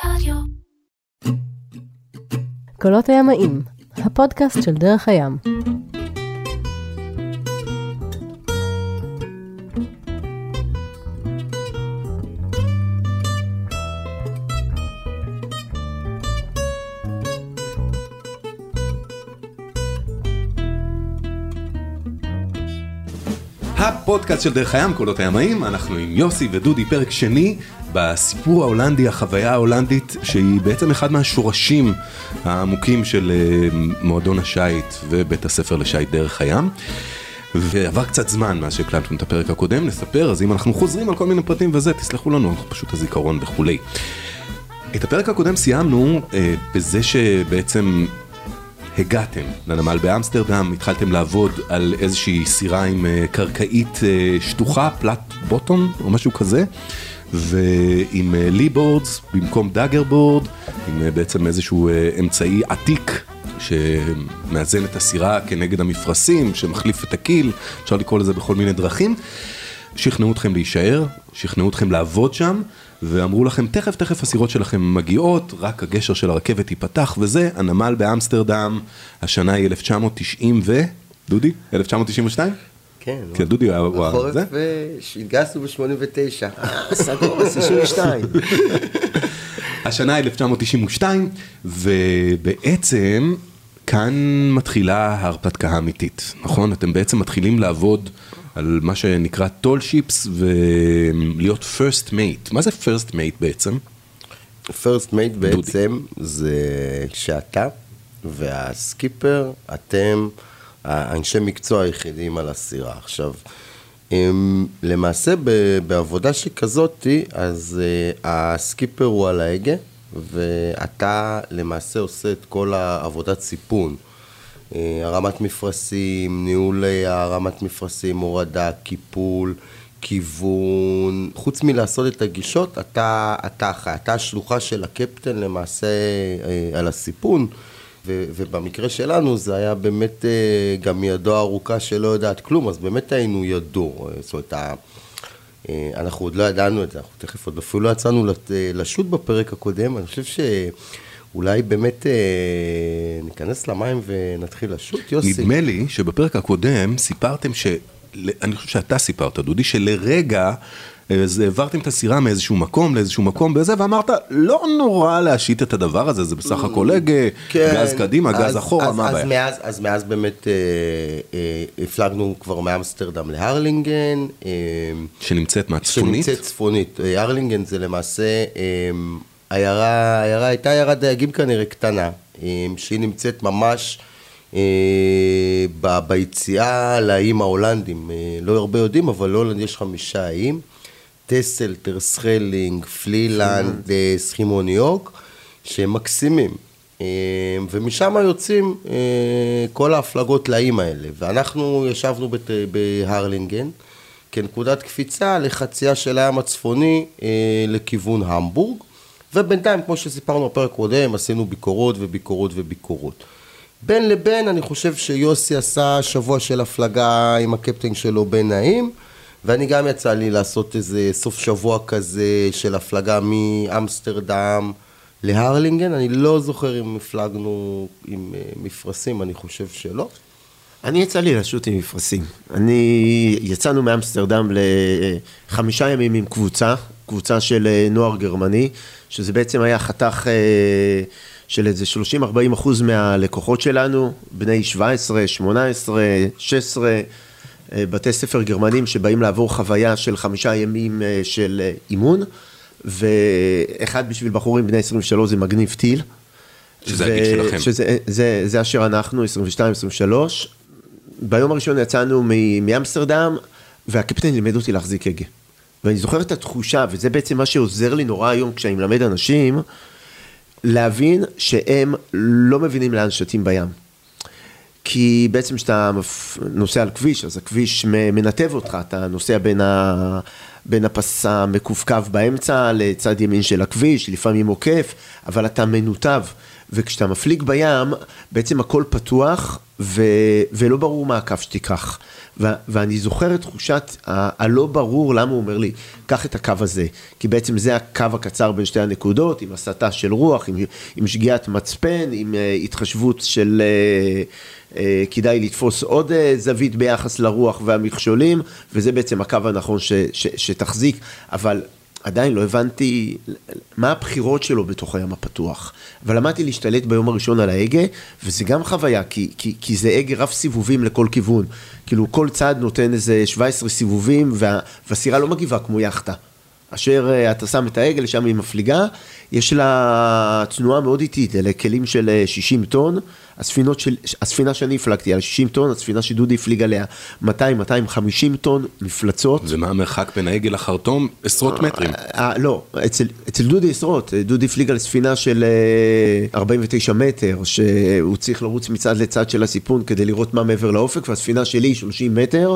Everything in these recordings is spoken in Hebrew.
רדיו. קולות הימאים, הפודקאסט של דרך הים. הפודקאסט של דרך הים, קולות הימאים, אנחנו עם יוסי ודודי, פרק שני בסיפור ההולנדי, החוויה ההולנדית, שהיא בעצם אחד מהשורשים העמוקים של מועדון השייט ובית הספר לשייט דרך הים. ועבר קצת זמן מאז שהקלטנו את הפרק הקודם, נספר, אז אם אנחנו חוזרים על כל מיני פרטים וזה, תסלחו לנו, פשוט הזיכרון וכולי. את הפרק הקודם סיימנו בזה שבעצם הגעתם לנמל באמסטרדם, התחלתם לעבוד על איזושהי סירה עם קרקעית שטוחה, פלט בוטום או משהו כזה, ועם ליבורדס במקום דאגרבורד, עם בעצם איזשהו אמצעי עתיק שמאזן את הסירה כנגד המפרשים, שמחליף את הקיל, אפשר לקרוא לזה בכל מיני דרכים. שכנעו אתכם להישאר, שכנעו אתכם לעבוד שם, ואמרו לכם, תכף הסירות שלכם מגיעות, רק הגשר של הרכבת ייפתח, וזה, הנמל באמסטרדם, השנה היא 1990 דודי? 1992? כן. כן, דודי, החורף, שהתגייסנו ב-89. סגור, 92. השנה היא 1992, ובעצם כאן מתחילה ההרפתקה האמיתית, נכון? אתם בעצם מתחילים לעבוד על מה שנקרא טול שיפס ולהיות first mate. מה זה first mate בעצם? first mate בעצם זה שאתה והסקיפר, אתם האנשי מקצוע היחידים על הסירה. עכשיו, למעשה בעבודה שכזאת, אז הסקיפר הוא על ההגה, ואתה למעשה עושה את כל העבודת סיפון. הרמת מפרשים, ניהול הרמת מפרשים, הורדה, קיפול, כיוון. חוץ מלעשות את הגישות, אתה השלוחה של הקפטן למעשה על הסיפון, ובמקרה שלנו זה היה באמת גם ידו ארוכה שלא יודעת כלום, אז באמת היינו ידו. זאת אומרת, אנחנו עוד לא ידענו את זה, אנחנו תכף עוד אפילו לא יצאנו לשוט בפרק הקודם, אני חושב אולי באמת ניכנס למים ונתחיל לשוט, יוסי. נדמה לי שבפרק הקודם סיפרתם אני חושב שאתה סיפרת, דודי, שלרגע העברתם את הסירה מאיזשהו מקום לאיזשהו מקום בזה, ואמרת, לא נורא להשית את הדבר הזה, זה בסך הכל גז קדימה, גז אחורה, מה הבעיה? אז מאז באמת הפלגנו כבר מאמסטרדם להרלינגן. שנמצאת מהצפונית? שנמצאת צפונית. הרלינגן זה למעשה העיירה הייתה עיירת דייגים כנראה קטנה, שהיא נמצאת ממש ביציאה לאיים ההולנדים. לא הרבה יודעים, אבל להולנד יש 5 איים, טסל, טרסחלינג, פלילנד, סכימון יורק, שהם מקסימים. ומשם יוצאים כל ההפלגות לאיים האלה. ואנחנו ישבנו בהרלינגן, כנקודת קפיצה לחצייה של הים הצפוני לכיוון המבורג, ובינתיים, כמו שסיפרנו בפרק קודם, עשינו ביקורות וביקורות וביקורות. בין לבין, אני חושב שיוסי עשה שבוע של הפלגה עם הקפטן שלו בין נעים, ואני גם יצא לי לעשות איזה סוף שבוע כזה של הפלגה מאמסטרדם להרלינגן. אני לא זוכר אם הפלגנו עם מפרשים, אני חושב שלא. אני יצא לי לשוט עם מפרשים. יצאנו מאמסטרדם ל5 ימים עם קבוצה של נוער גרמני, שזה בעצם היה חתך של איזה 30-40% מהלקוחות שלנו, בני 17, 18, 16, בתי ספר גרמנים שבאים לעבור חוויה של 5 ימים של אימון, ואחד בשביל בחורים בני 23 זה מגניב טיל. שזה הגיל שלכם. זה אשר אנחנו, 22-23. ביום הראשון יצאנו מאמסטרדם, והקפטן לימד אותי להחזיק הגה. ואני זוכר את התחושה, וזה בעצם מה שעוזר לי נורא היום כשאני מלמד אנשים, להבין שהם לא מבינים לאן שתים בים. כי בעצם כשאתה נוסע על כביש, אז הכביש מנתב אותך, אתה נוסע בין הפס המקווקו באמצע לצד ימין של הכביש, לפעמים עוקף, אבל אתה מנותב. וכשאתה מפליג בים, בעצם הכל פתוח, ולא ברור מה הקו שתיקח. ואני זוכר את תחושת הלא ברור למה הוא אומר לי, קח את הקו הזה, כי בעצם זה הקו הקצר בין שתי הנקודות, עם הסתה של רוח, עם שגיאת מצפן, עם התחשבות של כדאי לתפוס עוד זווית ביחס לרוח והמכשולים, וזה בעצם הקו הנכון שתחזיק, אבל עדיין לא הבנתי מה הבחירות שלו בתוך הים הפתוח, אבל למדתי להשתלט ביום הראשון על ההגה, וזה גם חוויה, כי זה הגה רב סיבובים לכל כיוון, כאילו כל צד נותן איזה 17 סיבובים, והסירה לא מגיבה כמו יחטה, אשר אתה שם את ההגה, לשם היא מפליגה, יש לה תנועה מאוד איטית, אלה כלים של 60 טון, הספינה שאני הפלגתי על 60 טון, הספינה שדודי הפליג עליה 200-250 טון מפלצות. ומה המרחק בין העגל לחרטום? עשרות מטרים. לא, אצל דודי עשרות, דודי הפליג על ספינה של 49 מטר, שהוא צריך לרוץ מצד לצד של הסיפון כדי לראות מה מעבר לאופק, והספינה שלי 30 מטר,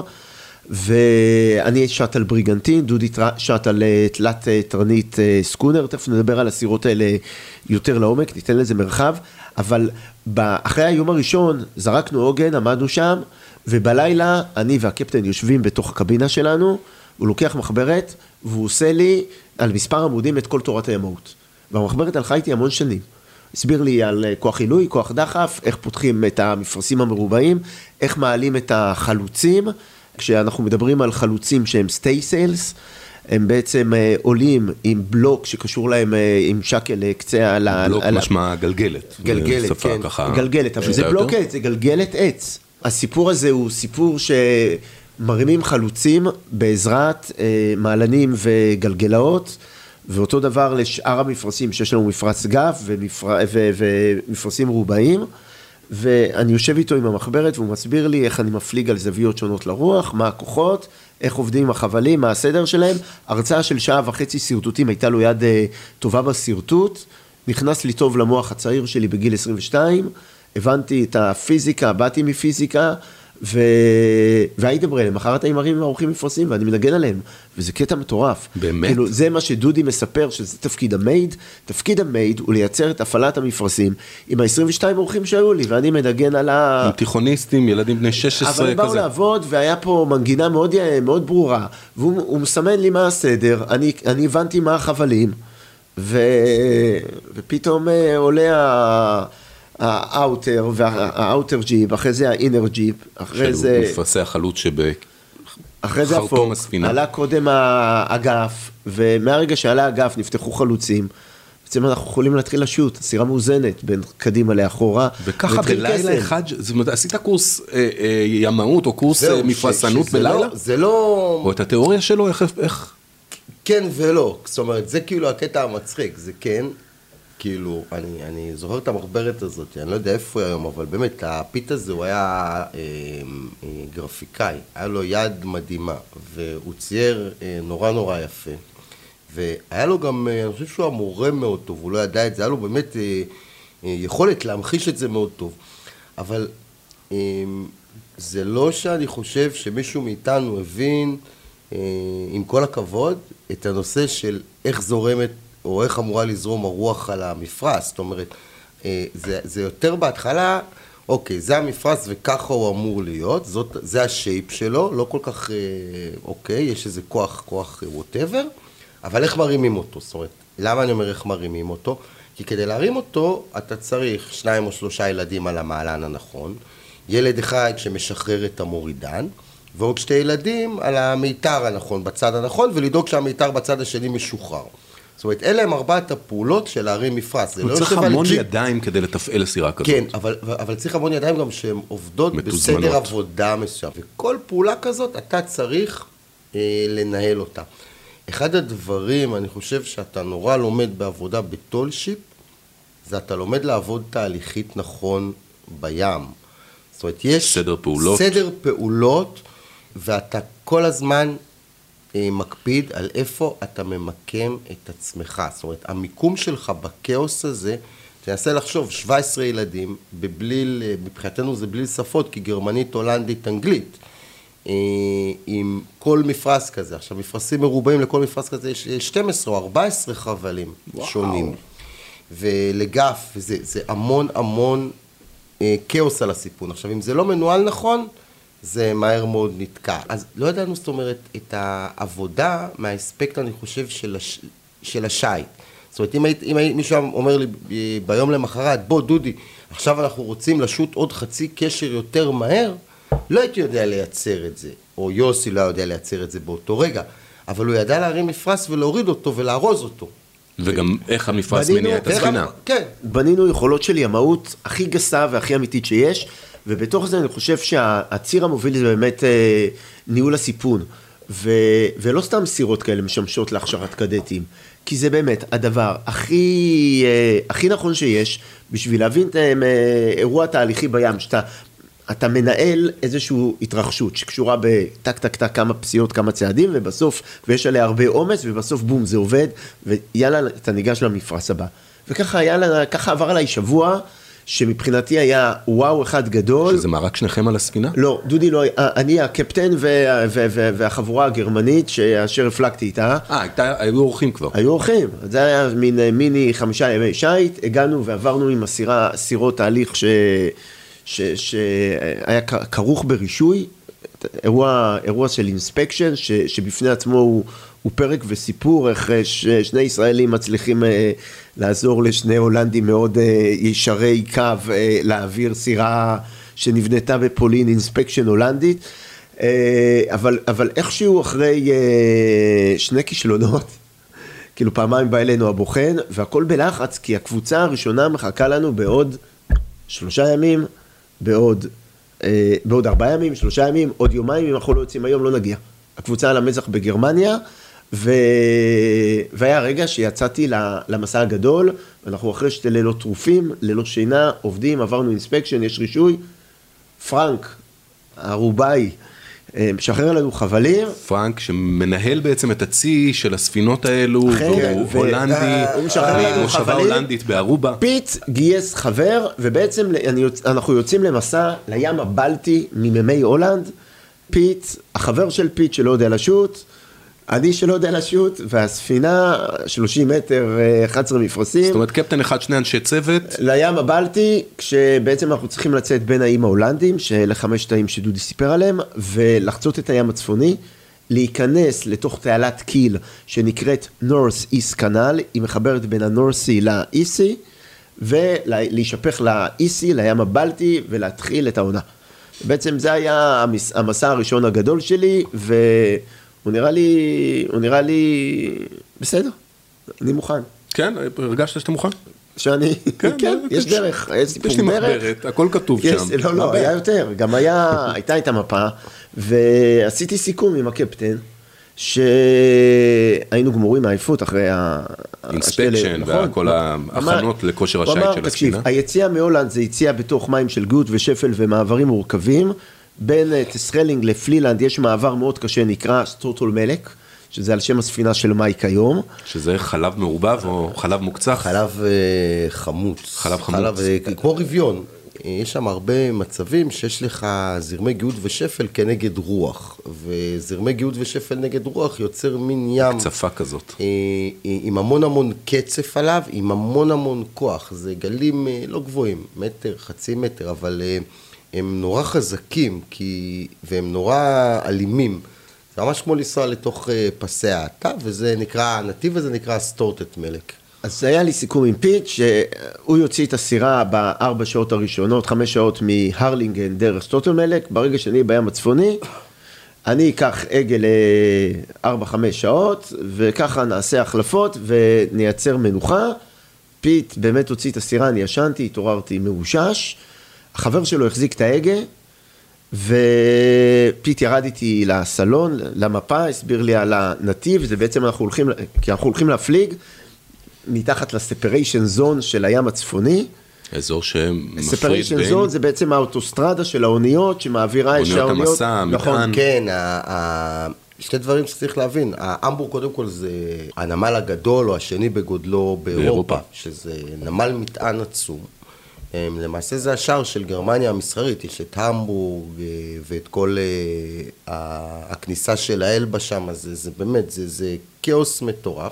ואני שט על בריגנטין, דודי שט על תלת תרנית סקונר, תכף נדבר על הסירות האלה יותר לעומק, ניתן לזה מרחב, אבל אחרי היום הראשון זרקנו עוגן, עמדנו שם, ובלילה אני והקפטן יושבים בתוך הקבינה שלנו, הוא לוקח מחברת, והוא עושה לי על מספר עמודים את כל תורת הימאות. והמחברת הלכה איתי המון שנים. הסביר לי על כוח עילוי, כוח דחף, איך פותחים את המפרשים המרובעים, איך מעלים את החלוצים, כשאנחנו מדברים על חלוצים שהם stay sails, הם בעצם עולים עם בלוק שקשור להם עם שקל לקצה על בלוק משמע גלגלת. גלגלת, כן. גלגלת, אבל זה בלוק עץ, זה גלגלת עץ. הסיפור הזה הוא סיפור שמרימים חלוצים בעזרת מעלנים וגלגלאות, ואותו דבר לשאר המפרשים שיש לנו מפרץ גף ומפרשים רובעים, ואני יושב איתו עם המחברת והוא מסביר לי איך אני מפליג על זוויות שונות לרוח, מה הכוחות, איך עובדים עם החבלים, מה הסדר שלהם. הרצאה של 1.5 שעות סרטוטים, הייתה לו יד טובה בסרטוט, נכנס לי טוב למוח הצעיר שלי בגיל 22, הבנתי את הפיזיקה, באתי מפיזיקה, והייתם בראה, מחרת האימרים והאורחים מפרסים, ואני מנגן עליהם, וזה קטע מטורף. באמת? כאילו, זה מה שדודי מספר, שזה תפקיד המייד, תפקיד המייד הוא לייצר את הפעלת המפרסים, עם ה-22 אורחים שהיו לי, ואני מנגן על עם תיכוניסטים, ילדים בני 16 כזה. אבל הם באו לעבוד, והיה פה מנגינה מאוד ברורה, והוא מסמן לי מה הסדר, אני הבנתי מה החבלים, ופתאום עולה האוטר והאוטר ג'יפ, אחרי זה האינר ג'יפ, אחרי זה מפרסי החלוץ אחרי זה הפוק, עלה קודם האגף, ומהרגע שעלה האגף נפתחו חלוצים, בעצם אנחנו יכולים להתחיל לשוט, סירה מאוזנת בין קדימה לאחורה. וככה בלילה אחד, זאת אומרת, עשית קורס ימאות או קורס מפרסנות בלילה? זה לא... או את התיאוריה שלו, איך? כן ולא, זאת אומרת, זה כאילו הקטע המצחיק, זה כן, כאילו, אני זוכר את המחברת הזאת, אני לא יודע איפה הוא היום, אבל באמת, הפיט הזה הוא היה גרפיקאי, היה לו יד מדהימה, והוא צייר נורא יפה, והיה לו גם, אני חושב שהוא המורה מאוד טוב, הוא לא ידע את זה, היה לו באמת יכולת להמחיש את זה מאוד טוב, אבל זה לא שאני חושב שמישהו מאיתנו הבין, עם כל הכבוד, את הנושא של איך זורמת, או איך אמורה לזרום הרוח על המפרש, זאת אומרת, זה יותר בהתחלה, אוקיי, זה המפרש וככה הוא אמור להיות, זה השייפ שלו, לא כל כך, אוקיי, יש איזה כוח whatever, אבל איך מרימים אותו? זאת אומרת, למה אני אומר איך מרימים אותו? כי כדי להרים אותו, אתה צריך 2 או 3 ילדים על המעלן הנכון, ילד אחד שמשחרר את המורידן, ועוד 2 ילדים על המיתר הנכון, בצד הנכון, ולדאוג שהמיתר בצד השני משוחרר. זאת אומרת, אלה הם 4 הפעולות של להרים מפרש. הוא צריך המון ידיים כדי לתפעל סירה כזאת. כן, אבל צריך המון ידיים גם שהן עובדות בסדר עבודה מסוים. וכל פעולה כזאת אתה צריך לנהל אותה. אחד הדברים, אני חושב שאתה נורא לומד בעבודה בטולשיפ, זה אתה לומד לעבוד תהליכית נכון בים. זאת אומרת, יש סדר פעולות, ואתה כל הזמן מקפיד על איפה אתה ממקם את עצמך. זאת אומרת, המיקום שלך בקאוס הזה, תנסה לחשוב, 17 ילדים, מבחינתנו זה בליל שפות, כי גרמנית, הולנדית, אנגלית. עם כל מפרש כזה. עכשיו, מפרשים מרובעים לכל מפרש כזה יש 12 או 14 חבלים שונים. ולגף, זה המון המון כאוס על הסיפון. עכשיו, אם זה לא מנוהל נכון, זה מהר מאוד נתקע. אז לא ידענו, זאת אומרת, את העבודה מהאספקט, אני חושב, של השייט. זאת אומרת, אם מישהו אומר לי ביום למחרת, בוא דודי, עכשיו אנחנו רוצים לשוט עוד חצי קשר יותר מהר, לא הייתי יודע לייצר את זה, או יוסי לא יודע לייצר את זה באותו רגע, אבל הוא ידע להרים מפרש ולהוריד אותו ולארוז אותו. וגם איך המפרש מניע את הספינה. כן. בנינו יכולות של ימאות הכי גסה והכי אמיתית שיש, ובתוך זה אני חושב שהציר המוביל זה באמת ניהול הסיפון, ולא סתם סירות כאלה משמשות להכשרת קדטים, כי זה באמת הדבר הכי נכון שיש, בשביל להבין אירוע תהליכי בים, אתה מנהל איזושהי התרחשות שקשורה בטק טק טק כמה פסיעות, כמה צעדים, ובסוף, ויש עליה הרבה אומץ, ובסוף בום זה עובד, ויאללה אתה ניגש למפרש הבא. וככה עבר עליי שבוע, שמבחינתי היה וואו אחד גדול. שזה מה, רק שניכם על הספינה? לא, דודי לא, אני הקפטן והחבורה הגרמנית שאשר הפלגתי איתה. היו אורחים כבר. היו אורחים, זה היה מין מיני 5 ימי שייט, הגענו ועברנו עם סירות תהליך שהיה כרוך ברישוי, אירוע של אינספקשן, שבפני עצמו הוא פרק וסיפור, איך שני ישראלים מצליחים לעזור לשני הולנדים מאוד ישרי קו, להעביר סירה שנבנתה בפולין, אינספקשן הולנדית, אבל איכשהו אחרי 2 כישלונות, כאילו פעמיים בא אלינו הבוחן, והכל בלחץ, כי הקבוצה הראשונה מחכה לנו בעוד 3 ימים, בעוד 4 ימים, 3 ימים, עוד יומיים, אם אנחנו לא יוצאים היום, לא נגיע. הקבוצה על המזח בגרמניה, והיה רגע שיצאתי למסע הגדול, ואנחנו אחרי 2 לילות טרופים, ללא שינה, עובדים, עברנו אינספקשן, יש רישוי, פרנק, הרובאי, משחרר לנו חבלים. פרנק שמנהל בעצם את הצי של הספינות האלו, והוא הולנדי, מושבה הולנדית בארובה. פיט גייס חבר, ובעצם אנחנו יוצאים למסע לים הבלטי מממי הולנד, פיט, החבר של פיט שלא יודע לשוט, אני שלא יודע לשוט, והספינה 30 מטר, 11 מפרשים. זאת אומרת, קפטן אחד, 2 אנשי צוות. לים הבלטי, כשבעצם אנחנו צריכים לצאת בין האיים ההולנדים, שאלה 5 תאים שדודי סיפר עליהם, ולחצות את הים הצפוני, להיכנס לתוך תעלת קיל, שנקראת North East Canal, היא מחברת בין הנורסי לאיסי, ולהישפך לאיסי, לים הבלטי, ולהתחיל את העונה. בעצם זה היה המסע הראשון הגדול שלי, הוא נראה לי בסדר, אני מוכן. כן, הרגשת שאתה מוכן? כן, יש דרך, יש סיפור דרך. יש לי מחברת, הכל כתוב שם. לא, היה יותר, גם הייתה את המפה, ועשיתי סיכום עם הקפטן, שהיינו גמורים מעייפות אחרי אינספקשן וכל ההכנות לכושר השייט של הספינה. תקשיב, היציאה מהולנד זה יציאה בתוך מים של גוט ושפל ומעברים מורכבים, בין טסרלינג לפלילנד יש מעבר מאוד קשה נקרא סטורטול מלק, שזה על שם הספינה של מייק היום. שזה חלב מעורבב או חלב מוקצח? חלב חמוץ. חלב כמו רביון. יש שם הרבה מצבים שיש לך זרמי גאות ושפל כנגד רוח, וזרמי גאות ושפל נגד רוח יוצר מין ים. קצפה כזאת. עם המון המון קצף עליו, עם המון המון כוח. זה גלים לא גבוהים, מטר, חצי מטר, אבל הם נורא חזקים, והם נורא אלימים. זה ממש כמו לנסוע לתוך פסי האטה, וזה נקרא, הנתיב הזה נקרא סטורטט מלק. אז היה לי סיכום עם פיט, שהוא יוציא את הסירה ב4 שעות הראשונות, 5 שעות מהרלינגן דרך סטורטל מלק, ברגע שאני בים הצפוני, אני אקח עגל 4-5 שעות, וככה נעשה החלפות ונייצר מנוחה. פיט באמת הוציא את הסירה, אני ישנתי, התעוררתי מאושש, החבר שלו החזיק את ההגה, ופיט ירד איתי לסלון, למפה, הסביר לי על הנתיב, זה בעצם אנחנו הולכים להפליג, מתחת לספריישן זון של הים הצפוני. אזור שמפריד בין... ספריישן זון זה בעצם האוטוסטרדה של האוניות, שמעבירה את האוניות. אוניות המסע, נכון, כן, שתי דברים שצריך להבין. האמבורג קודם כל זה הנמל הגדול או השני בגודלו באירופה, שזה נמל מטען עצום. למעשה זה השער של גרמניה המסחרית, יש את המבורג ואת כל הכניסה של האלבה שם, זה באמת, זה כאוס מטורף,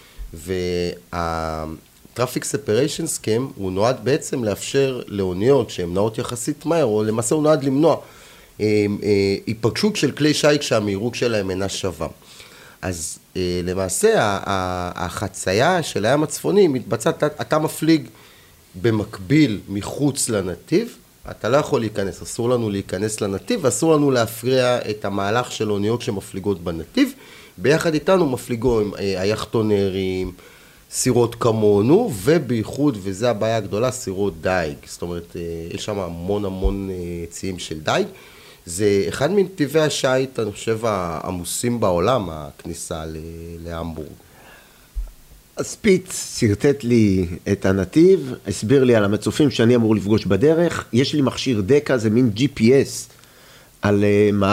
והטראפיק ספריישן סקים הוא נועד בעצם לאפשר לאוניות שהן נעות יחסית מהר, או למעשה הוא נועד למנוע היפגשות של כלי שייט שהמהירות שלהם אינה שווה. אז למעשה החצייה של הים הצפוני מתבצעת, אתה מפליג במקביל מחוץ לנתיב, אתה לא יכול להיכנס, אסור לנו להיכנס לנתיב, ואסור לנו להפריע את המהלך של אוניות שמפליגות בנתיב, ביחד איתנו מפליגו עם היחטונרים, סירות כמונו, ובייחוד, וזו הבעיה הגדולה, סירות דייג, זאת אומרת, יש שם המון ציים של דייג, זה אחד מנתיבי השייט, אני חושב, העמוסים בעולם, הכניסה להמבורג. אז פיט סרטט לי את הנתיב, הסביר לי על המצופים שאני אמור לפגוש בדרך, יש לי מכשיר דקה, זה מין GPS, על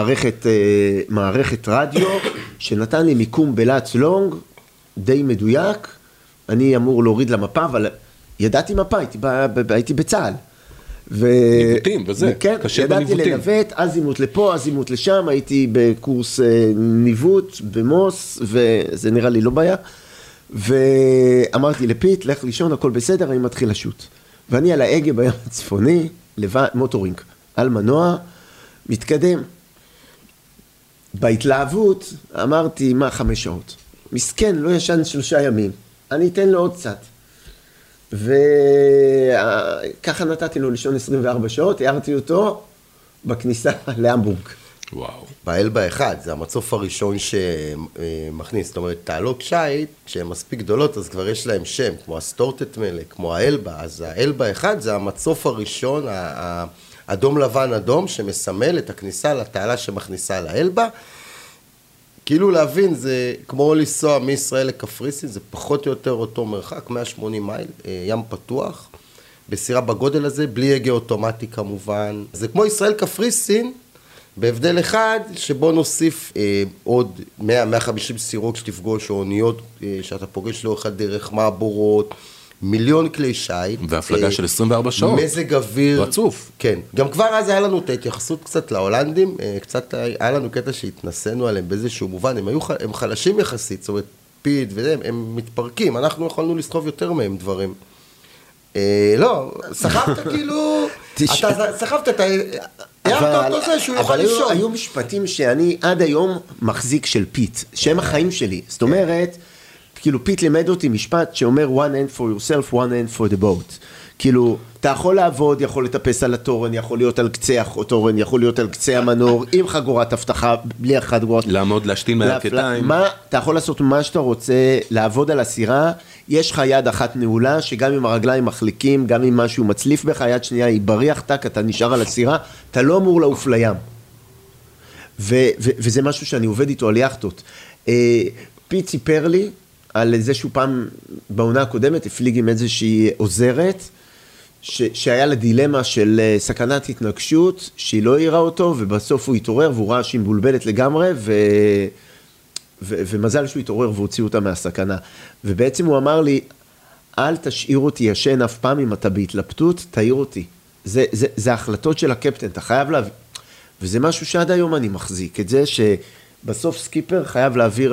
מערכת רדיו, שנתן לי מיקום בלץ לונג, די מדויק, אני אמור להוריד למפה, אבל ידעתי מפה, הייתי בצהל. ניווטים וזה, כן, קשה בניווטים. ידעתי לנווט, אזימות לפה, אזימות לשם, הייתי בקורס ניווט במוס, וזה נראה לי לא בעיה. ואמרתי לפיט, לך לישון, הכל בסדר, אני מתחיל לשוט. ואני על ההגה בים הצפוני, מוטורינג, על מנוע, מתקדם. בהתלהבות אמרתי, 5 שעות? מסכן, לא ישן 3 ימים, אני אתן לו עוד קצת. וככה נתתי לו לישון 24 שעות, הערתי אותו בכניסה להמבורג. וואו. באלבה 1, זה המצוף הראשון שמכניס, זאת אומרת, תעלות שייט, כשהן מספיק גדולות, אז כבר יש להם שם, כמו הסטורטט מלך, כמו האלבה, אז האלבה 1 זה המצוף הראשון, האדום לבן אדום, שמסמל את הכניסה לתעלה שמכניסה לאלבה, כאילו להבין, זה כמו לנסוע מישראל לקפריסין, זה פחות או יותר אותו מרחק, 180 מייל, ים פתוח, בסירה בגודל הזה, בלי הגה אוטומטי כמובן, זה כמו ישראל קפריסין, בהבדל אחד, שבו נוסיף עוד 100-150 סירות שתפגוש, או אוניות שאתה פוגש לאורך הדרך, מעבורות, 1,000,000 כלי שייט. והפלגה של 24 שעות. מזג אוויר. רצוף. כן. גם כבר אז היה לנו את ההתייחסות קצת להולנדים, קצת היה לנו קטע שהתנסינו עליהם באיזשהו מובן, הם חלשים יחסית, זאת אומרת, פיד וזה, הם מתפרקים, אנחנו יכולנו לסחוב יותר מהם דברים. לא, סחבת כאילו, אתה סחבת, אתה... הערת אותו זה שהוא יוכל לישון. אבל היו משפטים שאני עד היום מחזיק של פיט, שהם החיים שלי. זאת אומרת, כאילו פיט לימד אותי משפט שאומר one hand for yourself, one hand for the boat. כאילו, אתה יכול לעבוד, יכול לטפס על התורן, יכול להיות על קצה התורן, יכול להיות על קצה המנור, עם חגורת הבטחה, בלי חגורת. לעמוד, להשתין מהקטיים. אתה יכול לעשות מה שאתה רוצה, לעבוד על הסירה, יש לך יד אחת נעולה, שגם עם הרגליים מחליקים, גם עם משהו מצליף בך, יד שנייה היא בריח, טק, אתה נשאר על הסירה, אתה לא אמור לעוף לים. וזה משהו שאני עובד איתו על יחטות. פיט סיפר לי על איזשהו פעם בעונה הקודמת, הפליג עם איזושהי עוזרת, שהיה לה דילמה של סכנת התנגשות, שהיא לא העירה אותו, ובסוף הוא התעורר, והוא ראה שהיא מבולבלת לגמרי, ומזל שהוא התעורר והוציא אותה מהסכנה. ובעצם הוא אמר לי, אל תשאיר אותי ישן אף פעם אם אתה בהתלבטות, תעיר אותי. זה ההחלטות של הקפטן, אתה חייב להביא. וזה משהו שעד היום אני מחזיק, את זה שבסוף סקיפר חייב להעביר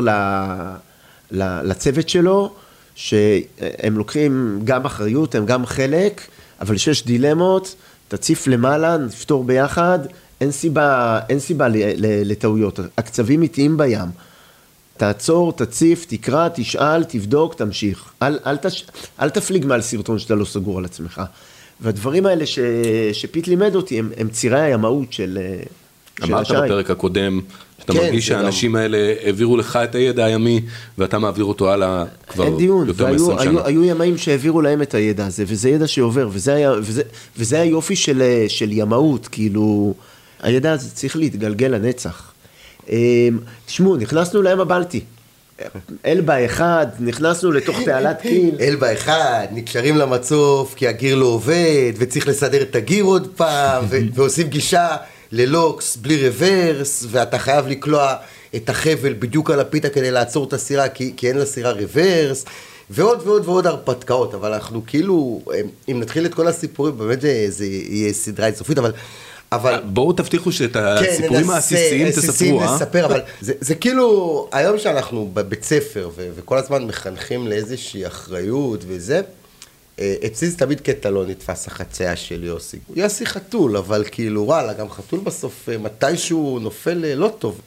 לצוות שלו, שהם לוקחים גם אחריות, הם גם חלק, אבל שיש דילמות, תציף למעלה, נפתור ביחד, אין סיבה לטעויות. הקצבים איטיים בים. תעצור, תציף, תקרא, תשאל, תבדוק, תמשיך. אל תפליג מעל סרטון שאתה לא סגור על עצמך. והדברים האלה שפיט לימד אותי, הם צירי הימאות של אמרת בפרק הקודם, שאתה מרגיש שהאנשים האלה העבירו לך את הידע הימי, ואתה מעביר אותו הלאה כבר יותר מ-20 שנה. היו ימאים שהעבירו להם את הידע הזה, וזה ידע שעובר, וזה היופי של ימאות, כאילו, הידע הזה צריך להתגלגל לנצח. תשמעו, נכנסנו לים הבלטי. אלבה 1, נכנסנו לתוך תעלת קיל. אלבה 1, נקשרים למצוף, כי הגיר לא עובד, וצריך לסדר את הגיר עוד פעם, ועושים גישה ללוקס, בלי רוורס, ואתה חייב לקלוע את החבל בדיוק על הפיתה כדי לעצור את הסירה, כי אין לסירה רוורס, ועוד ועוד ועוד הרפתקאות, אבל אנחנו כאילו, אם נתחיל את כל הסיפורים, באמת זה יהיה סדרה אינסופית, אבל... בואו תבטיחו שאת הסיפורים העסיסיים תספרו, נספר, אבל זה כאילו, היום שאנחנו בבית ספר, וכל הזמן מחנכים לאיזושהי אחריות וזה, אצלי זה תמיד קטע לא נתפס החצייה של יוסי. יוסי חתול, אבל כאילו, וואלה, גם חתול בסוף, מתישהו נופל לא טוב.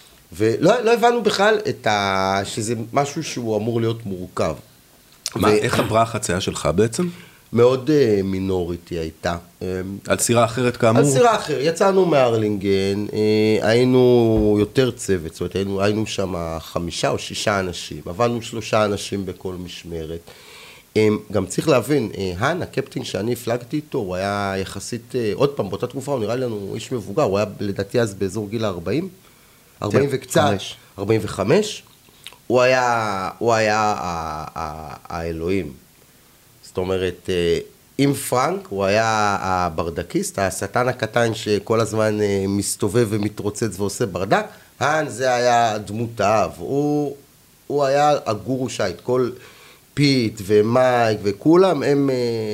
ולא הבנו בכלל שזה משהו שהוא אמור להיות מורכב. איך עברה החצייה שלך בעצם? מאוד מינוריטי הייתה. על סירה אחרת כאמור? על סירה אחרת. יצאנו מארלינגן, היינו יותר צוות, זאת אומרת, היינו שם 5 או 6 אנשים, עבדנו 3 אנשים בכל משמרת. גם צריך להבין, האן, הקפטין שאני הפלגתי איתו, הוא היה יחסית, עוד פעם, באותה תקופה הוא נראה לנו איש מבוגר, הוא היה לדעתי אז באזור גיל 40 וקצת, 45, הוא היה האלוהים. זאת אומרת, עם פרנק, הוא היה הברדקיסט, השטן הקטן שכל הזמן מסתובב ומתרוצץ ועושה ברדק, האן זה היה דמות האב, הוא היה הגורו שייט, כל פיט ומייק וכולם הם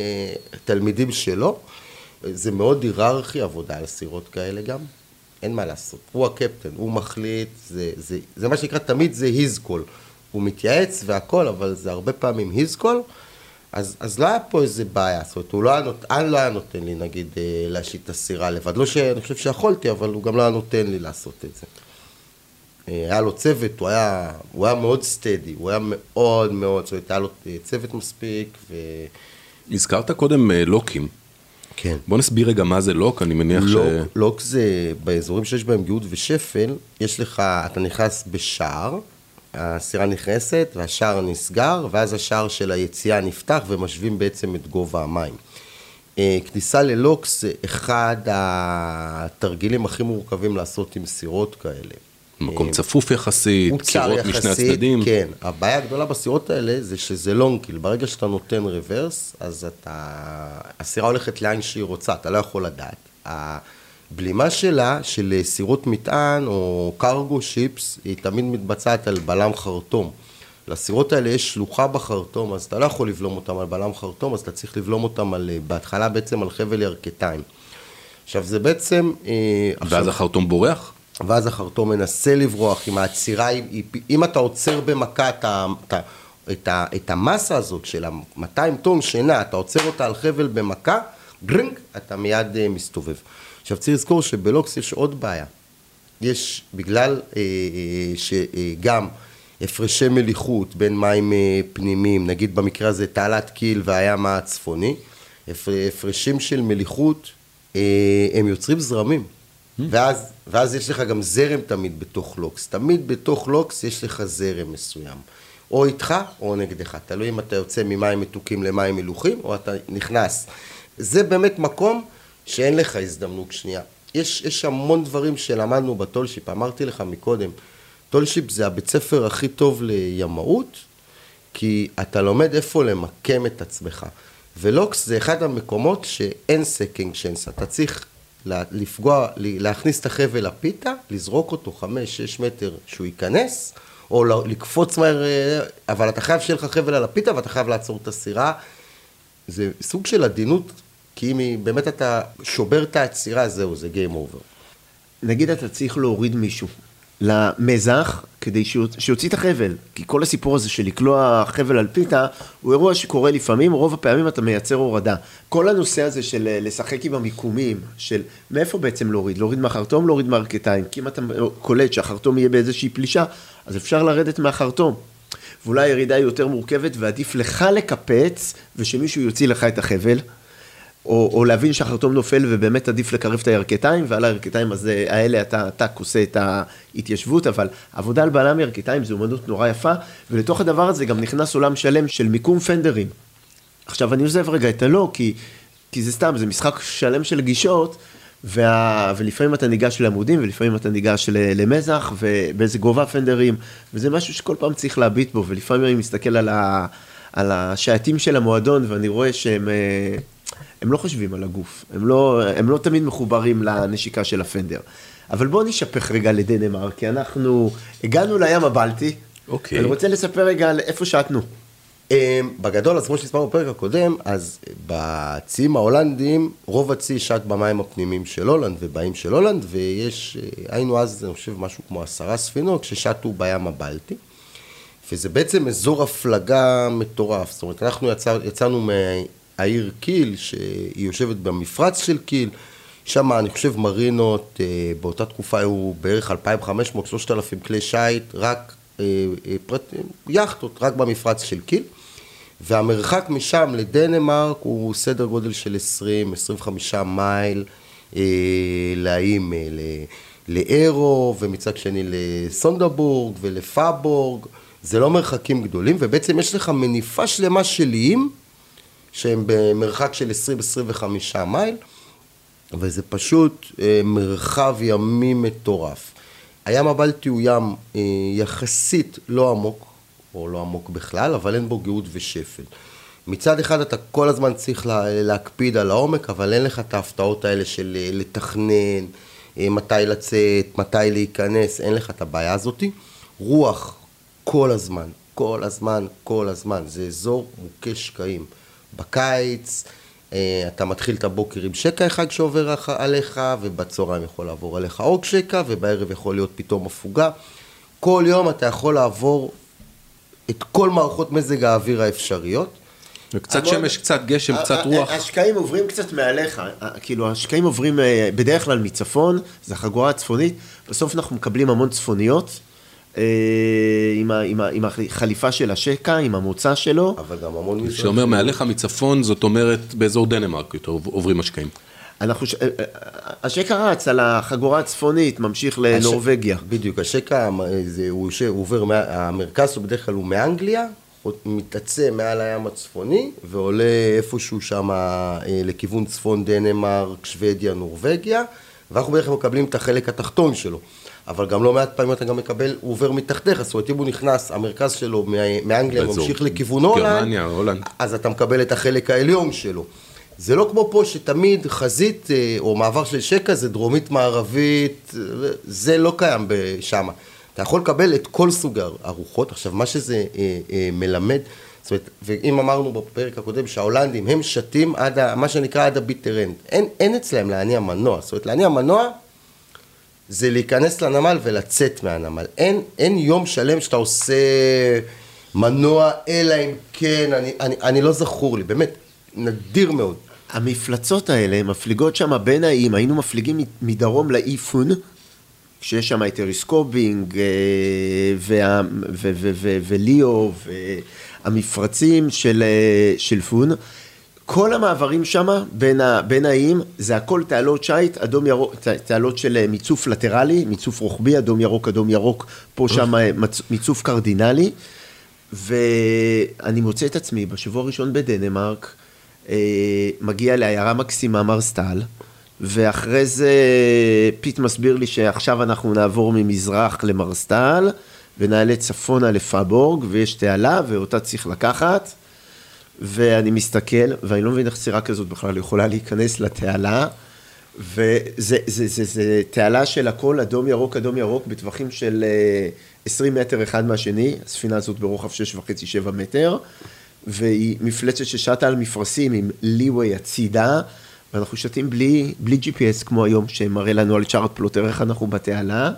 תלמידים שלו, זה מאוד היררכי עבודה על סירות כאלה גם, אין מה לעשות, הוא הקפטן, הוא מחליט, זה מה שנקרא, תמיד זה his call, הוא מתייעץ והכל, אבל זה הרבה פעמים his call, אז לא היה פה איזה בעיה, זאת אומרת, לא היה נותן לי נגיד להשית את הסירה לבד, לא שאני חושב שיכולתי, אבל הוא גם לא היה נותן לי לעשות את זה. היה לו צוות, הוא היה מאוד סטדי, הוא היה מאוד מאוד, זאת אומרת, היה לו צוות מספיק הזכרת קודם לוקים. כן. בוא נסביר רגע מה זה לוק, אני מניח לוק זה באזורים שיש בהם גאות ושפל, יש לך, אתה נכנס בשער, הסירה נכנסת והשער נסגר, ואז השער של היציאה נפתח ומשווים בעצם את גובה המים. כניסה ללוקס זה אחד התרגילים הכי מורכבים לעשות עם סירות כאלה. מקום צפוף יחסית, קירות משני הצדדים. כן, הבעיה הגדולה בסירות האלה זה שזה לונג-קיל, ברגע שאתה נותן רוורס, אז הסירה הולכת לאן שהיא רוצה, אתה לא יכול לדעת. הבלימה שלה, של סירות מטען או קרגו שיפס, היא תמיד מתבצעת על בלם חרטום. לסירות האלה יש שלוחה בחרטום, אז אתה לא יכול לבלום אותם על בלם חרטום, אז אתה צריך לבלום אותם בהתחלה בעצם על חבל ירכתיים. עכשיו זה בעצם... ואז החרטום בורח? ואז החרטום מנסה לברוח עם העצירה, אם אתה עוצר במכה את המסה הזאת של 200 טון שינה, אתה עוצר אותה על חבל במכה, גרינג, אתה מיד מסתובב. עכשיו צריך לזכור שבלוקס יש עוד בעיה. יש בגלל שגם הפרשי מליחות בין מים פנימיים, נגיד במקרה הזה תעלת קיל והים הצפוני, הפרשים של מליחות, הם יוצרים זרמים. ואז יש לך גם זרם תמיד בתוך לוקס. תמיד בתוך לוקס יש לך זרם מסוים. או איתך או נגדך. תלוי אם אתה יוצא ממים מתוקים למים מלוחים, או אתה נכנס. זה באמת מקום שאין לך הזדמנות שנייה. יש המון דברים שלמדנו בטולשיפ. אמרתי לך מקודם, טולשיפ זה הבית ספר הכי טוב לימאות, כי אתה לומד איפה למקם את עצמך. ולוקס זה אחד המקומות שאין סקינג צ'אנס. אתה צריך לפגוע, להכניס את החבל לפיתה, לזרוק אותו 5-6 מטר שהוא ייכנס, או לקפוץ מהר, אבל אתה חייב שיהיה לך חבל על הפיתה, ואתה חייב לעצור את הסירה. זה סוג של עדינות, כי אם באמת אתה שובר את העצירה, זהו, זה game over. נגיד אתה צריך להוריד מישהו למזח, כדי שיוציא את החבל, כי כל הסיפור הזה של לקלוע חבל על פיתה, הוא אירוע שקורה לפעמים, רוב הפעמים אתה מייצר הורדה. כל הנושא הזה של לשחק עם המיקומים, של מאיפה בעצם להוריד? להוריד מהחרטום, להוריד מהרכתיים, כי אם אתה קולט שהחרטום יהיה באיזושהי פלישה, אז אפשר לרדת מהחרטום. ואולי הירידה היא יותר מורכבת, ועדיף לך לקפץ, ושמישהו יוציא לך את החבל, או להבין שהחרטום נופל ובאמת עדיף לקרב את הירכתיים, ועל הירכתיים האלה אתה עושה את ההתיישבות, אבל עבודה על בלם ירכתיים זו אומנות נורא יפה, ולתוך הדבר הזה גם נכנס עולם שלם של מיקום פנדרים. עכשיו אני עוזב רגע את הלא, כי זה סתם, זה משחק שלם של גישות, ולפעמים אתה ניגש לעמודים, ולפעמים אתה ניגש למזח, ובאיזה גובה פנדרים, וזה משהו שכל פעם צריך להביט בו, ולפעמים אני מסתכל על השעתים של המועדון, ואני רואה שהם לא חושבים על הגוף, הם לא תמיד מחוברים לנשיקה של הפנדר. אבל בואו נשפך רגע לדנמרק, כי אנחנו הגענו לים הבלטי, אוקיי. אני רוצה לספר רגע על איפה שעתנו. בגדול, אז כמו שהסברנו בפרק הקודם, אז בציים ההולנדים, רוב הצי שט במים הפנימיים של הולנד ובאים של הולנד, היינו אז, אני חושב, משהו כמו 10 ספינות, כששטו בים הבלטי, וזה בעצם אזור הפלגה מטורף, זאת אומרת, אנחנו יצאנו מהעיר קיל, שהיא יושבת במפרץ של קיל, שם אני חושב מרינות, באותה תקופה היו בערך 2,500-3,000 כלי שייט, רק יחטות, רק במפרץ של קיל, והמרחק משם לדנמרק הוא סדר גודל של 20-25 מייל להאים לאירו, ומצד שני לסונדרבורג ולפאבורג, זה לא מרחקים גדולים, ובעצם יש לך מניפה שלמה של איים, שהם במרחק של 20-25 מייל, וזה פשוט מרחב ימי מטורף. הים הבלטי הוא ים יחסית לא עמוק, או לא עמוק בכלל, אבל אין בו גאות ושפל. מצד אחד אתה כל הזמן צריך להקפיד על העומק, אבל אין לך את ההפתעות האלה של לתכנן, מתי לצאת, מתי להיכנס, אין לך את הבעיה הזאת. רוח כל הזמן, כל הזמן, כל הזמן. זה אזור מוכה שקעים. בקיץ אתה מתחיל את הבוקר עם שקע אחד שעובר עליך, ובצהריים יכול לעבור עליך עוד שקע, ובערב יכול להיות פתאום הפוגה. כל יום אתה יכול לעבור את כל מערכות מזג האוויר האפשריות. וקצת שמש, קצת גשם, קצת רוח. השקעים עוברים קצת מעליך, כאילו השקעים עוברים בדרך כלל מצפון, זה החגורה הצפונית, בסוף אנחנו מקבלים המון צפוניות, עם החליפה של השקע, עם המוצא שלו. אבל גם המון מזרח. שאומר מעליך מצפון, זאת אומרת באזור דנמרק יותר עוברים השקעים. השקע רץ על החגורה הצפונית, ממשיך לנורווגיה. בדיוק, השקע הוא עובר, המרכז הוא בדרך כלל הוא מאנגליה, מתעצם מעל הים הצפוני, ועולה איפשהו שם לכיוון צפון דנמרק, שוודיה, נורווגיה, ואנחנו בדרך כלל מקבלים את החלק התחתון שלו. אבל גם לא מעט פעמים אתה גם מקבל, הוא עובר מתחתיך, זאת אומרת, אם הוא נכנס, המרכז שלו מאנגליה ממשיך לכיוון הולנד, אז אתה מקבל את החלק העליון שלו. זה לא כמו פה שתמיד חזית או מעבר של שקע זה דרומית מערבית, זה לא קיים שם. אתה יכול לקבל את כל סוג הרוחות. עכשיו, מה שזה מלמד, זאת אומרת, ואם אמרנו בפרק הקודם שההולנדים הם שתים עד, מה שנקרא עד הביטר אנד, אין אצלהם להניע מנוע. זאת אומרת, להניע מנוע זה להיכנס לנמל ולצאת מהנמל. אין יום שלם שאתה עושה מנוע, אלא אם כן, אני לא זכור לי, באמת, נדיר מאוד. המפלצות האלה מפליגות שם בין האיים, היינו מפליגים מדרום לאי פון, שיש שם את אריסקובינג וליאו והמפרצים של פון, כל המעברים שם בין האיים זה הכל תעלות שייט, אדום ירוק, תעלות של מיצוף לטרלי, מיצוף רוחבי, אדום ירוק, פה שם מיצוף קרדינלי, ואני מוצא את עצמי בשבוע הראשון בדנמרק, מגיע לעיירה מקסימה מרסטל, ואחרי זה פיט מסביר לי שעכשיו אנחנו נעבור ממזרח למרסטל, ונעלה צפונה לפאבורג, ויש תעלה, ואותה צריך לקחת, ואני מסתכל, ואני לא מבין איך סירה כזאת בכלל יכולה להיכנס לתעלה, וזה תעלה של הכל אדום ירוק, בטווחים של 20 מטר אחד מהשני, הספינה הזאת ברוחב 6.5-7 מטר, והיא מפלצת ששטה על מפרסים עם ליווי הצידה, ואנחנו שתים בלי GPS כמו היום, שמראה לנו על צ'ארט פלוטר איך אנחנו בתעלה,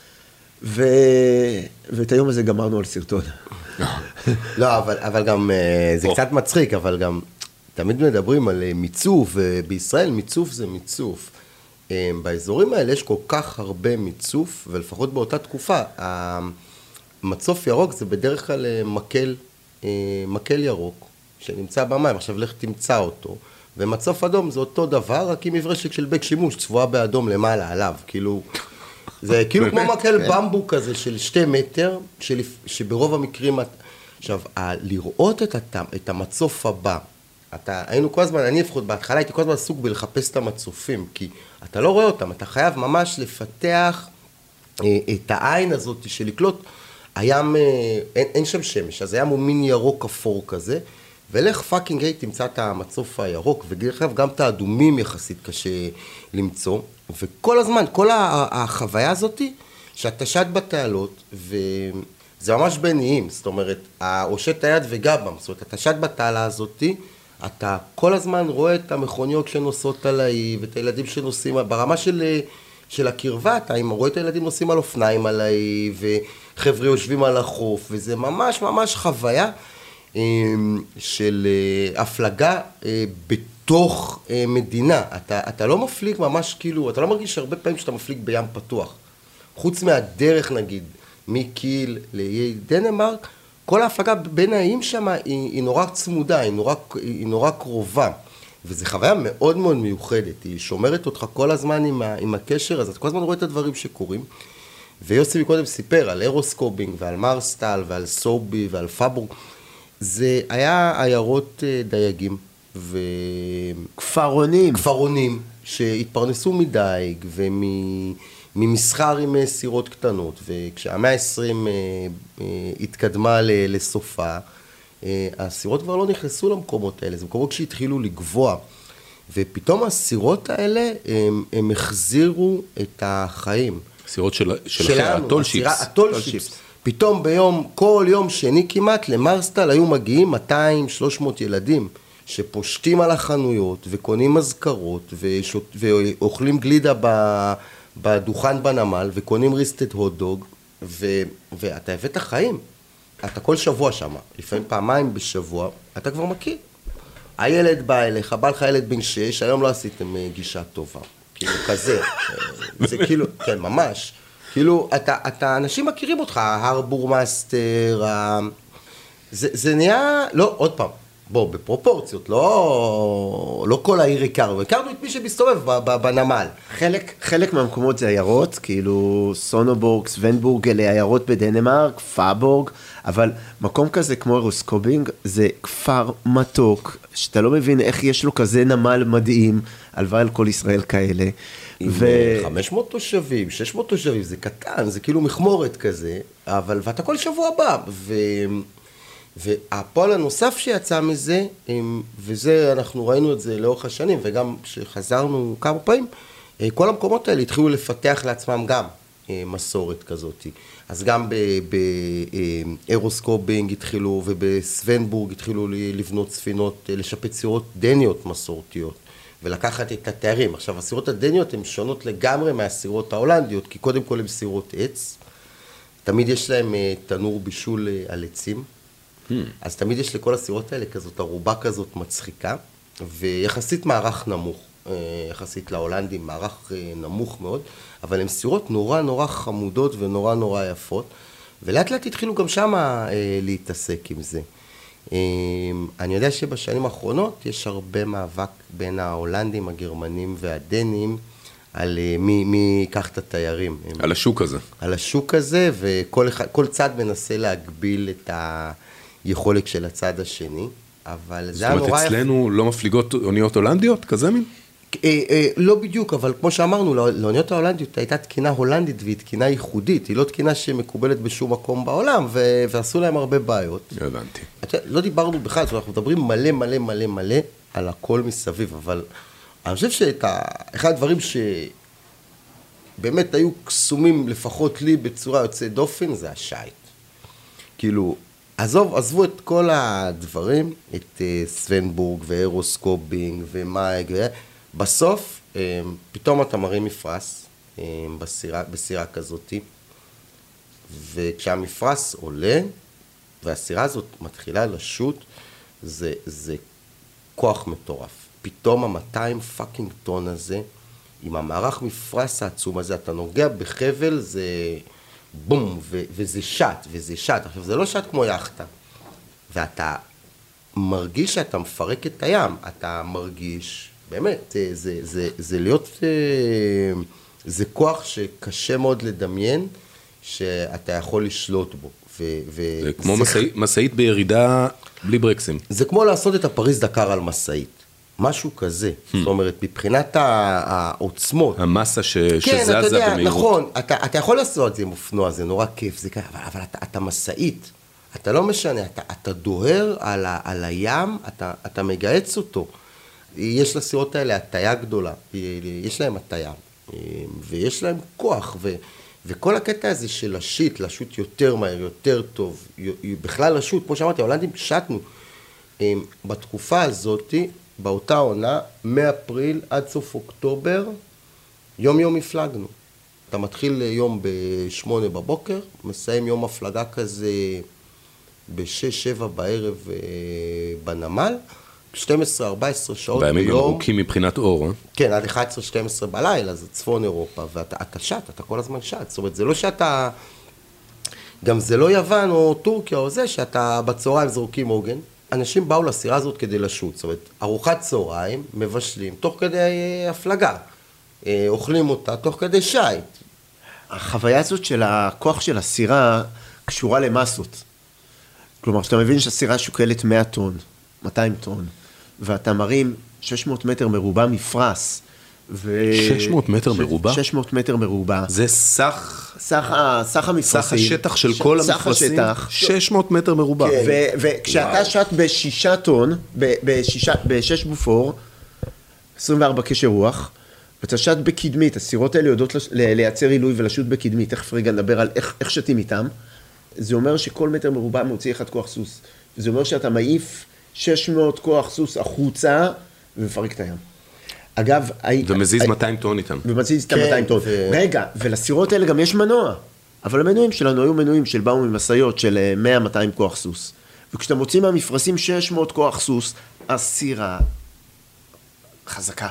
ואת היום הזה גמרנו על סרטון. לא, אבל גם, זה קצת מצחיק, אבל גם תמיד מדברים על מיצוף, ובישראל מיצוף זה מיצוף. באזורים האלה יש כל כך הרבה מיצוף, ולפחות באותה תקופה, המצוף ירוק זה בדרך כלל מקל ירוק, שנמצא במים, עכשיו לך תמצא אותו, ומצוף אדום זה אותו דבר, רק עם מברשת של בק שימוש, צבועה באדום למעלה עליו, כאילו, זה כאילו כמו מקל במבו כזה של 2 מטר, שברוב המקרים, עכשיו, לראות את המצוף הבא, היינו כל הזמן, אני לפחות בהתחלה הייתי כל הזמן עסוק בלחפש את המצופים, כי אתה לא רואה אותם, אתה חייב ממש לפתח את העין הזאת של לקלוט, הים, אין שם שמש, אז הים הוא מין ירוק אפור כזה, ולך פאקינג היי תמצא את המצוף הירוק, וגרחב גם את האדומים יחסית קשה למצוא, וכל הזמן, כל החוויה הזאת, שאתה שט בתעלות, וזה זה ממש ביניים, זאת אומרת, הושט היד וגבם, זאת אומרת, אתה שט בתעלה הזאת, אתה כל הזמן רואה את המכוניות שנוסעות על האי, ואת הילדים שנוסעים, ברמה של הקרבה, אתה רואה את הילדים נוסעים על אופניים על האי, וחבר'ה יושבים על החוף, וזה ממש ממש חוויה של הפלגה בתוך מדינה. אתה לא מפליג ממש כאילו, אתה לא מרגיש הרבה פעמים שאתה מפליג בים פתוח. חוץ מהדרך נגיד, מקיל לאיי דנמרק, כל ההפלגה בין האיים שם היא נורא צמודה, היא נורא קרובה. וזו חוויה מאוד מאוד מיוחדת, היא שומרת אותך כל הזמן עם הקשר, אז אתה כל הזמן רואה את הדברים שקורים. ויוסי מקודם סיפר על אירוסקובינג ועל מרסטל ועל סובי ועל פאבורג. זה היה עיירות דייגים כפרונים שהתפרנסו מדייג ממסחר עם סירות קטנות, וכשהמאה ה-20 התקדמה לסופה, הסירות כבר לא נכנסו למקומות האלה, זה מקומות שהתחילו לגבוה, ופתאום הסירות האלה הם החזירו את החיים. הסירות שלנו, הטול שיפס. פתאום כל יום שני כמעט למרסטל היו מגיעים 200-300 ילדים שפושטים על החנויות וקונים מזכרות ואוכלים גלידה בדוכן בנמל וקונים ריסטד הוט-דוג ואתה הבאת חיים. אתה כל שבוע שם, לפעמים פעמיים בשבוע, אתה כבר מכיר. הילד בא אליך, בא לך ילד בן 6, היום לא עשיתם גישה טובה. כאילו כזה, זה כאילו, כן ממש. כאילו, אנשים מכירים אותך, הרבור מאסטר, זה נהיה, לא, עוד פעם, בוא, בפרופורציות, לא כל העיר הכרנו את מי שמסתובב בנמל. חלק מהמקומות זה עיירות, כאילו סונובורג, סוונבורג, אלה עיירות בדנמרק, פאבורג, אבל מקום כזה כמו אירוסקובינג, זה כפר מתוק, שאתה לא מבין איך יש לו כזה נמל מדהים, הלוואי על כל ישראל כאלה. עם 500 תושבים, 600 תושבים, זה קטן, זה כאילו מחמורת כזה, אבל ואתה כל שבוע בא, והפועל הנוסף שיצא מזה, וזה אנחנו ראינו את זה לאורך השנים, וגם כשחזרנו כמה פעמים, כל המקומות האלה התחילו לפתח לעצמם גם מסורת כזאת. אז גם באירוסקובינג התחילו, ובסוונבורג התחילו לבנות ספינות, לשפץ סירות דניות מסורתיות, ולקחת את התארים. עכשיו, הסירות הדניות הן שונות לגמרי מהסירות ההולנדיות, כי קודם כל הן סירות עץ, תמיד יש להם תנור בישול על עצים, אז תמיד יש לכל הסירות האלה כזאת, ערובה כזאת מצחיקה, ויחסית מערך נמוך, יחסית להולנדים, מערך נמוך מאוד, אבל הן סירות נורא נורא חמודות ונורא נורא יפות, ולאט לאט התחילו גם שם להתעסק עם זה. אני יודע שבשנים האחרונות יש הרבה מאבק בין ההולנדים, הגרמנים והדנים, על מי ייקח את התיירים. על השוק הזה. על השוק הזה, וכל צד מנסה להגביל את היכולת של הצד השני, אבל זה היה נורא... זאת אומרת, אצלנו לא מפליגות אוניות הולנדיות, כזה מין? לא בדיוק, אבל כמו שאמרנו, לאוניות ההולנדיות הייתה תקינה הולנדית והיא תקינה ייחודית, היא לא תקינה שמקובלת בשום מקום בעולם, ועשו להם הרבה בעיות. הבנתי. לא דיברנו בכלל, אנחנו מדברים מלא מלא מלא מלא על הכל מסביב, אבל אני חושב שאחד הדברים שבאמת היו קסומים לפחות לי בצורה יוצאת דופן, זה השייט. כאילו, עזבו את כל הדברים, את סוונבורג ואירוסקובינג ומייג, בסוף פתאום אתה מרים מפרס בסירה כזאת, וכשהמפרס עולה והסירה הזאת מתחילה לשוט, זה כוח מטורף. פתאום ה-200 פאקינג טון הזה, עם המערך מפרס העצום הזה, אתה נוגע בחבל, זה בום, וזה שט. עכשיו, זה לא שט כמו יחטה. ואתה מרגיש שאתה מפרק את הים, אתה מרגיש, באמת, זה להיות, זה כוח שקשה מאוד לדמיין, שאתה יכול לשלוט בו. זה כמו מסעית בירידה בלי ברקסים. זה כמו לעשות את הפריז דקר על מסעית. משהו כזה. זאת אומרת, מבחינת העוצמות. המסה שזזה במהירות. כן, אתה יודע, נכון. אתה יכול לעשות את זה עם אופנוע, זה נורא כיף, אבל אתה מסעית. אתה לא משנה, אתה דוהר על הים, אתה מגייץ אותו. יש לסירות האלה הטיה גדולה. יש להם הטיה. ויש להם כוח. וכל הקטע הזה של לשוט יותר מהר, יותר טוב, בכלל לשוט, כמו שאמרתי, ההולנדים שטנו. בתקופה הזאת, באותה עונה, מאפריל עד סוף אוקטובר, יום הפלגנו. אתה מתחיל יום ב-8 בבוקר, מסיים יום הפלגה כזה ב-6-7 בערב בנמל, 12-14 שעות ביום. והימים גם ארוכים מבחינת אור, כן, עד 11-12 בלילה, זה צפון אירופה, ואתה שט, אתה כל הזמן שט. זאת אומרת, זה לא שאתה, גם זה לא יוון או טורקיה או זה, שאתה בצהריים זורקים עוגן. אנשים באו לסירה הזאת כדי לשוט, זאת אומרת, ארוחת צהריים, מבשלים, תוך כדי הפלגה. אוכלים אותה תוך כדי שייט. החוויה הזאת של הכוח של הסירה קשורה למסות. כלומר, שאתה מבין שהסירה שוקלת 100 טון, 200 טון, ואתה מרים 600 מטר מרובע מפרס. 600 מטר מרובע? 600 מטר מרובע. זה סך המפרסים. סך השטח של כל המפרסים? 600 מטר מרובע. וכשאתה שט ב6 טון, ב6 בופור, 24 קשר רוח, ואתה שט בקדמית, הסירות האלה יודעות לייצר עילוי ולשוט בקדמית, תכף רגע נדבר על איך שתים איתם, זה אומר שכל מטר מרובע מוציא אחד כוח סוס, זה אומר שאתה מעיף 600 כוח סוס החוצה ומפרק את הים. אגב, ומזיז 200 טון איתם. ומזיז את 200 טון. רגע, ולסירות האלה גם יש מנוע, אבל המנועים שלנו היו מנועים של באו ממסעיות של 100-200 כוח סוס, וכשאתה מוציא מהמפרסים 600 כוח סוס, הסירה חזקה.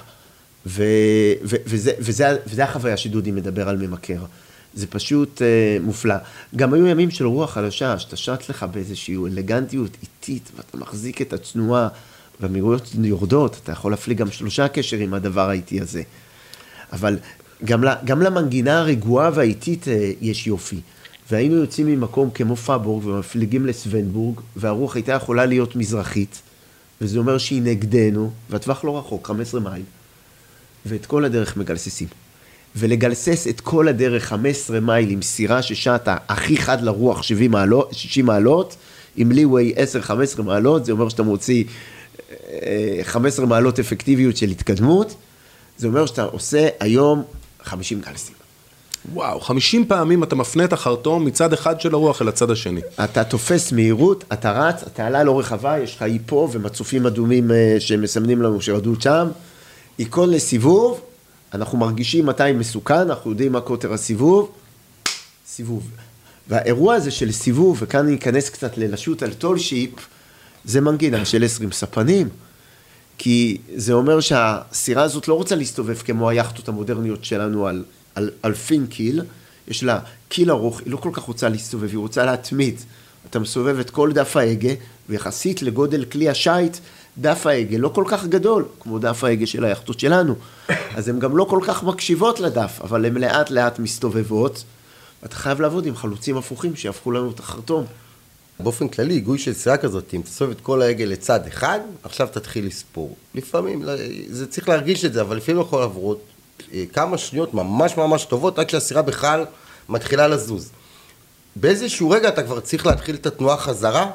וזה החוויה שדודי מדבר על ממכר. זה פשוט מופלא. גם היו ימים של רוח חדשה, שאתה שט לך באיזושהי אלגנטיות איטית, ואתה מחזיק את התנועה, והמהירויות יורדות, אתה יכול להפליג גם 3 קשר עם הדבר האיטי הזה. אבל גם למנגינה הרגועה והאיטית יש יופי. והיינו יוצאים ממקום כמו פאבורג, ומפליגים לסוונבורג, והרוח הייתה יכולה להיות מזרחית, וזה אומר שהיא נגדנו, והטווח לא רחוק, 15 מייל. ואת כל הדרך מגלססים. ולגלסס את כל הדרך 15 מייל עם סירה ששטה הכי חד לרוח 60 מעלות, עם ליווי 10-15 מעלות, זה אומר שאתה מוציא 15 מעלות אפקטיביות של התקדמות, זה אומר שאתה עושה היום 50 גלסים. וואו, 50 פעמים אתה מפנה את החרטום מצד אחד של הרוח אל הצד השני. אתה תופס מהירות, אתה רץ, אתה עלה לא רחבה, יש לך אי פה ומצופים אדומים שמסמנים לנו שרדו שם, עיקון לסיבוב, אנחנו מרגישים מתי מסוכן, אנחנו יודעים מה קוטר הסיבוב, סיבוב. והאירוע הזה של סיבוב, וכאן ניכנס קצת ללשוט על טול שיפ, זה מנגינה של 20 ספנים, כי זה אומר שהסירה הזאת לא רוצה להסתובב כמו היחטות המודרניות שלנו על פין קיל, יש לה קיל ארוך, היא לא כל כך רוצה להסתובב, היא רוצה להתמיד. אתה מסובב את כל דף ההגה, ויחסית לגודל כלי השייט, דף ההגה לא כל כך גדול, כמו דף ההגה של היחטות שלנו. אז הן גם לא כל כך מקשיבות לדף, אבל הן לאט לאט מסתובבות, ואתה חייב לעבוד עם חלוצים הפוכים שיהפכו לנו את החרטום. באופן כללי, היגוי של סירה כזאת, אם תסובב את כל ההגה לצד אחד, עכשיו תתחיל לספור. לפעמים, זה צריך להרגיש את זה, אבל לפעמים יכול לעבוד כמה שניות ממש ממש טובות, עד שהסירה בכלל מתחילה לזוז. באיזשהו רגע אתה כבר צריך להתחיל את התנועה חזרה,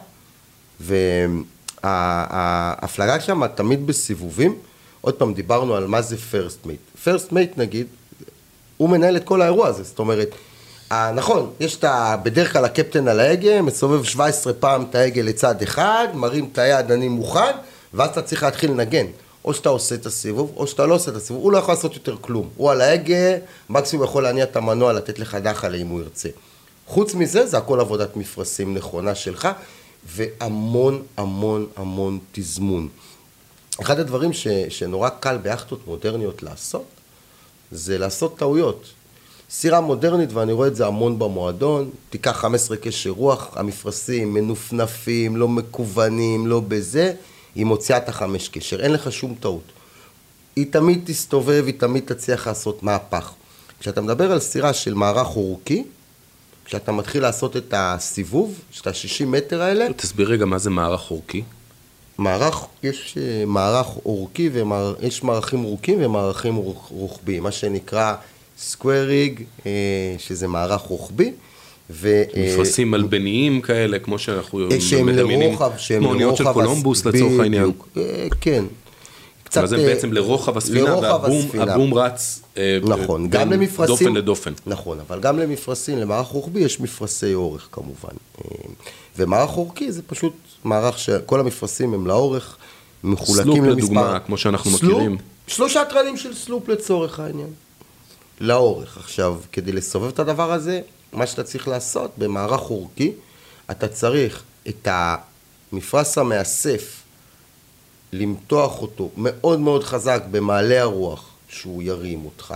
וההפלגה שם תמיד בסיבובים. עוד פעם דיברנו על מה זה first mate. first mate נגיד, הוא מנהל את כל האירוע הזה, זאת אומרת, נכון, יש בדרך כלל הקפטן על ההגה, מסובב 17 פעם את ההגה לצד אחד, מרים את היד, אני מוכן, ואז אתה צריך להתחיל לנגן. או שאתה עושה את הסיבוב, או שאתה לא עושה את הסיבוב, הוא לא יכול לעשות יותר כלום. הוא על ההגה, מקסימום יכול להניע את המנוע, לתת לך דחלה אם הוא ירצה. חוץ מזה, זה הכל עבודת מפרסים נכונה שלך, והמון המון המון תזמון. אחד הדברים שנורא קל ביחטות מודרניות לעשות, זה לעשות טעויות. סירה מודרנית, ואני רואה את זה המון במועדון, תיקח 15 קשר רוח, המפרסים מנופנפים, לא מקוונים, לא בזה, היא מוציאה את 5 קשר, אין לך שום טעות. היא תמיד תסתובב, היא תמיד תצליח לעשות מהפך. כשאתה מדבר על סירה של מערך אורכי, כשאתה מתחיל לעשות את הסיבוב, את ה-60 מטר האלה... תסביר רגע מה זה מערך אורכי. יש מערך אורכי, יש מערכים אורכים ומערכים רוחביים, מה שנקרא סקוויריג, שזה מערך רוחבי. מפרסים מלבניים כאלה, כמו שאנחנו מדמיינים, כמו אוניות של קולומבוס לצורך העניין. כן. אבל זה בעצם לרוחב הספינה, והבום רץ נכון, גם למפרסים, דופן לדופן. נכון, אבל גם למפרסים, למערך רוחבי יש מפרסי אורך כמובן. ומערך אורכי זה פשוט מערך שכל המפרסים הם לאורך, מחולקים למספר. סלופ לדוגמה, כמו שאנחנו מכירים. 3 טרלים של סלופ לצורך העניין. לאורך. עכשיו, כדי לסובב את הדבר הזה, מה שאתה צריך לעשות במערך אורכי, אתה צריך את המפרס המאסף, למתוח אותו מאוד מאוד חזק במעלה הרוח, שהוא ירים אותך,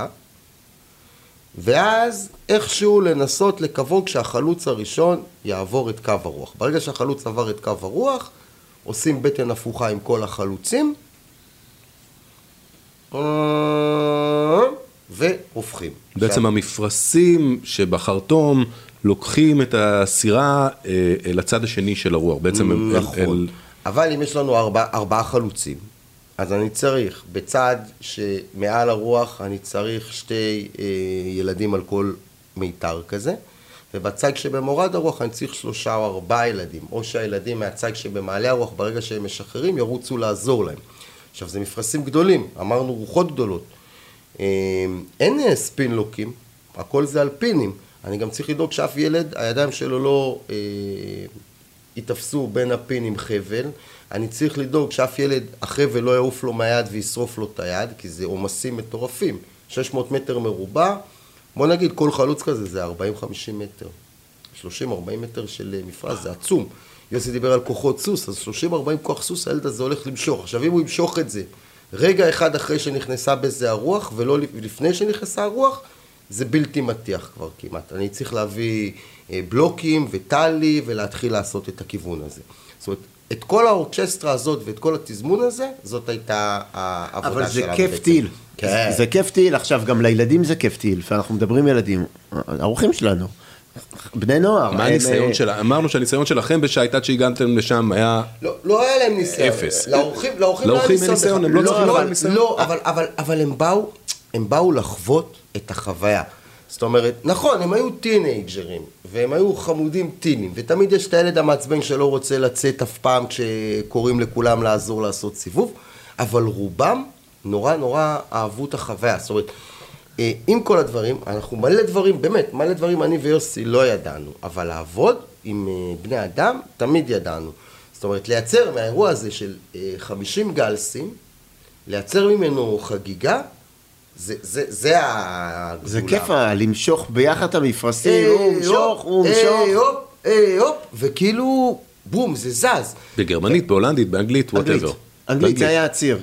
ואז איכשהו לנסות לקוות כשהחלוץ הראשון יעבור את קו הרוח. ברגע שהחלוץ עבר את קו הרוח, עושים בטן הפוכה עם כל החלוצים, והופכים. בעצם המפרסים שבחרטום לוקחים את הסירה לצד השני של הרוח. בעצם נכון. אבל אם יש לנו 4 חלוצים, אז אני צריך, בצד שמעל הרוח, אני צריך 2 ילדים על כל מיתר כזה, ובצד שבמורד הרוח אני צריך 3 או 4 ילדים, או שהילדים מהצד שבמעלה הרוח, ברגע שהם משחררים, ירוצו לעזור להם. עכשיו, זה מפרסים גדולים, אמרנו רוחות גדולות. אין ספין לוקים, הכל זה על פינים. אני גם צריך לדאוג שאף ילד, הידיים שלו לא יתפסו בין הפינים חבל. אני צריך לדאוג שאף ילד, החבל לא יעוף לו מהיד וישרוף לו את היד, כי זה עומסים מטורפים. 600 מטר מרובע, בוא נגיד, כל חלוץ כזה זה 40-50 מטר. 30-40 מטר של מפרס, זה עצום. יוסי דיבר על כוחות סוס, אז 30-40 כוח סוס, הילד הזה הולך למשוך. עכשיו, אם הוא ימשוך את זה, רגע אחד אחרי שנכנסה בזה הרוח, ולא לפני שנכנסה הרוח, זה בלתי מתיח כבר כמעט. אני צריך להביא בלוקים וטלי, ולהתחיל לעשות את הכיוון הזה. זאת אומרת, את כל האורקסטרה הזאת ואת כל התזמון הזה, זאת הייתה העבודה אבל זה שלנו. כיף טיל. כן. זה כיף טיל, עכשיו גם לילדים זה כיף טיל, ואנחנו מדברים ילדים, האורחים שלנו, בני נוער. מה הניסיון שלה? אמרנו שהניסיון שלכם בשייט עד שהגעתם לשם היה... לא היה להם ניסיון. אפס. לאורחים לא היה ניסיון, הם לא צריכים לבוא ניסיון. לא, אבל הם באו לחוות את החוויה. זאת אומרת, נכון, הם היו טינאג'רים, והם היו חמודים טינים, ותמיד יש את הילד המעצבן שלא רוצה לצאת אף פעם כשקוראים לכולם לעזור לעשות סיבוב, אבל רובם נורא אהבו את החוויה. זאת אומרת, עם כל הדברים, אנחנו מלא דברים, באמת, מלא דברים אני ויוסי לא ידענו, אבל לעבוד עם בני אדם תמיד ידענו. זאת אומרת, לייצר מהאירוע הזה של 50 גלסים, לייצר ממנו חגיגה, זה הגדולה. זה כיף למשוך ביחד את המפרסים, הוא משוך. וכאילו, בום, זה זז. בגרמנית, בהולנדית, באנגלית, whatever. אנגלית זה היה הציר.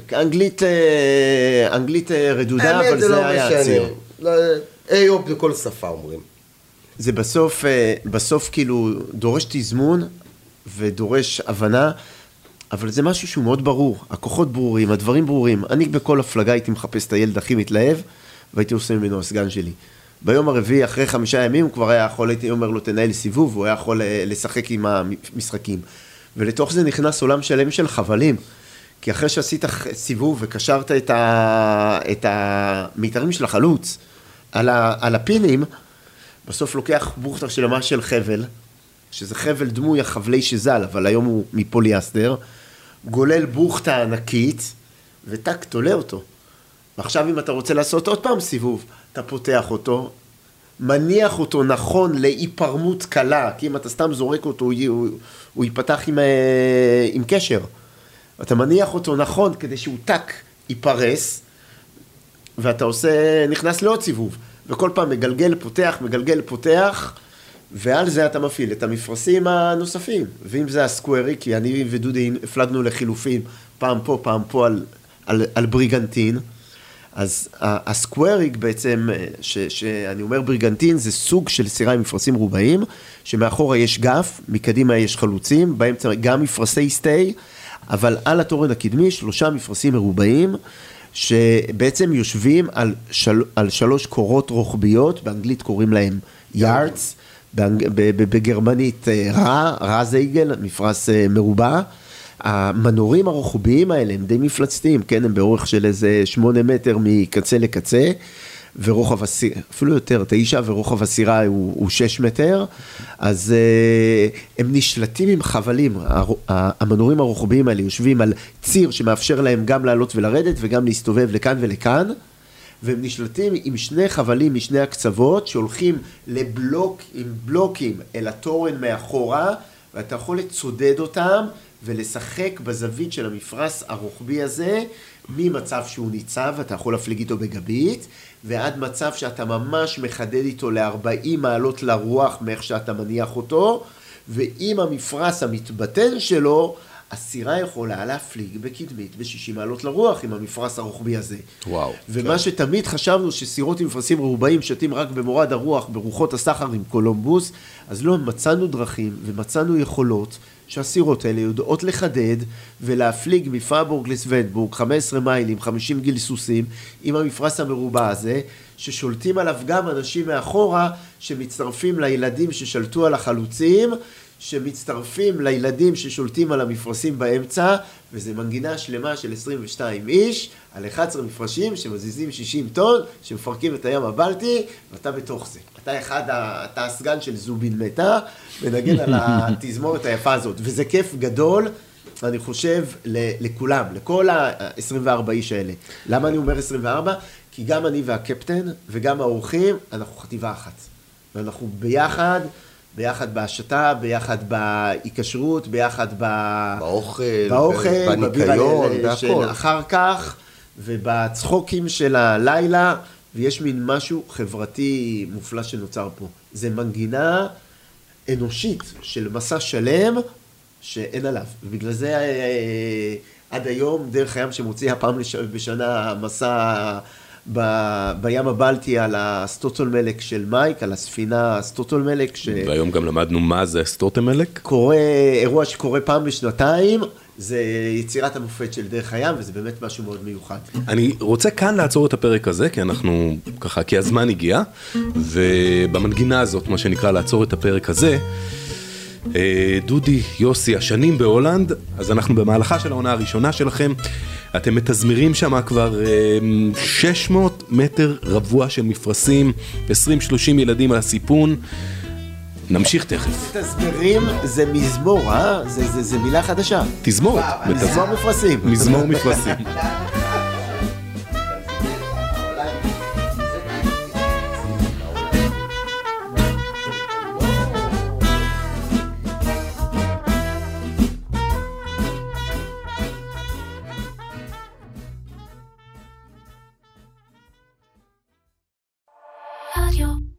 אנגלית רדודה, אבל זה היה הציר. איופ בכל שפה אומרים. זה בסוף כאילו דורש תזמון ודורש הבנה, אבל זה משהו שהוא מאוד ברור. הכוחות ברורים, הדברים ברורים. אני בכל הפלגה הייתי מחפש את הילד הכי מתלהב, והייתי עושה ממנו הסגן שלי. ביום הרביעי, אחרי 5 ימים, הוא כבר היה יכול, הייתי אומר לו, תנהל סיבוב, הוא היה יכול לשחק עם המשחקים. ולתוך זה נכנס עולם שלם של חבלים. כי אחרי שעשית סיבוב וקשרת את המיתרים של החלוץ על הפינים, בסוף לוקח בוכטר של ממש של חבל, שזה חבל דמוי החבלי שזל, אבל היום הוא מפוליאסטר, גולל בוכטה ענקית, וטק, תולה אותו. ועכשיו אם אתה רוצה לעשות עוד פעם סיבוב, אתה פותח אותו, מניח אותו נכון להיפרמות קלה, כי אם אתה סתם זורק אותו, הוא ייפתח עם קשר. אתה מניח אותו נכון כדי שהוא טק ייפרס, ואתה נכנס לעוד סיבוב, וכל פעם מגלגל, פותח, ועל זה אתה מפעיל את המפרסים הנוספים. ואם זה הסקוורי, כי אני ודודי הפלגנו לחילופים, פעם פה על בריגנטין, אז הסקווריק בעצם, שאני אומר בריגנטין, זה סוג של סירה עם מפרסים רובעים, שמאחורה יש גף, מקדימה יש חלוצים, באמצע גם מפרסי סטי, אבל על התורן הקדמי 3 מפרסים מרובעים, שבעצם יושבים על 3 קורות רוחביות, באנגלית קוראים להם יארדס, בגרמנית רזייגל, מפרס מרובע. המנורים הרוחביים האלה הם די מפלצתיים, כן? הם באורך של איזה 8 מטר מקצה לקצה, ורוחב הסירה, אפילו יותר, 9 ורוחב הסירה הוא 6 מטר, אז הם נשלטים עם חבלים, המנורים הרוחביים האלה יושבים על ציר שמאפשר להם גם לעלות ולרדת וגם להסתובב לכאן ולכאן, והם נשלטים עם 2 חבלים משני הקצוות שהולכים לבלוקים אל התורן מאחורה, ואתה יכול לצודד אותם ולשחק בזווית של המפרש הרוחבי הזה, ממצב שהוא ניצב, אתה יכול להפליג איתו בגבית, ועד מצב שאתה ממש מחדד איתו ל-40 מעלות לרוח מאיך שאתה מניח אותו, ועם המפרש המתבטן שלו, הסירה יכולה להפליג בקדמית ב-60 מעלות לרוח עם המפרש הרוחבי הזה. וואו. ומה שתמיד חשבנו שסירות עם מפרשים מרובעים שתים רק במורד הרוח, ברוחות הסחר עם קולומבוס, אז לא, מצאנו דרכים ומצאנו יכולות שהסירות האלה יודעות לחדד ולהפליג מפאבורג לסוונבורג 15 מיילים, 50 גלסוסים עם המפרש המרובע הזה, ששולטים עליו גם אנשים מאחורה שמצטרפים לילדים ששלטו על החלוצים, שמצטרפים לילדים ששולטים על המפרשים באמצע, וזה מנגינה שלמה של 22 איש, על 11 מפרשים שמזיזים 60 טון, שמפרקים את הים הבלטי, ואתה בתוך זה. אתה הסגן של זובין מתה, ונגן על התזמורת היפה הזאת. וזה כיף גדול, אני חושב, לכולם, לכל ה-24 איש האלה. למה אני אומר 24? כי גם אני והקפטן, וגם האורחים, אנחנו חטיבה אחת. ואנחנו ביחד בהשתה, ביחד בהיקשרות, ביחד באוכל, בניקיון, של אחר כך, ובצחוקים של הלילה, ויש מין משהו חברתי מופלא שנוצר פה. זה מנגינה אנושית של מסע שלם שאין עליו. ובגלל זה עד היום דרך הים שמוציאה פעם בשנה מסע בים הבלטי על הסטוטולמלק של מייק, על הספינה הסטוטולמלק. והיום גם למדנו מה זה הסטוטולמלק. קורה, אירוע שקורה פעם בשנתיים, זה יצירת המופת של דרך הים, וזה באמת משהו מאוד מיוחד. אני רוצה כאן לעצור את הפרק הזה, כי אנחנו ככה, כי הזמן הגיע, ובמנגינה הזאת, מה שנקרא לעצור את הפרק הזה, דודי, יוסי, השנים בהולנד, אז אנחנו במהלכה של העונה הראשונה שלכם, אתם מתזמרים שם כבר 600 מטר רבוע של מפרשים, 20-30 ילדים על הסיפון, נמשיך תכף. תזמרים זה מזמור, זה מילה חדשה. תזמורת. מזמור מפרשים. מזמור מפרשים. רדיו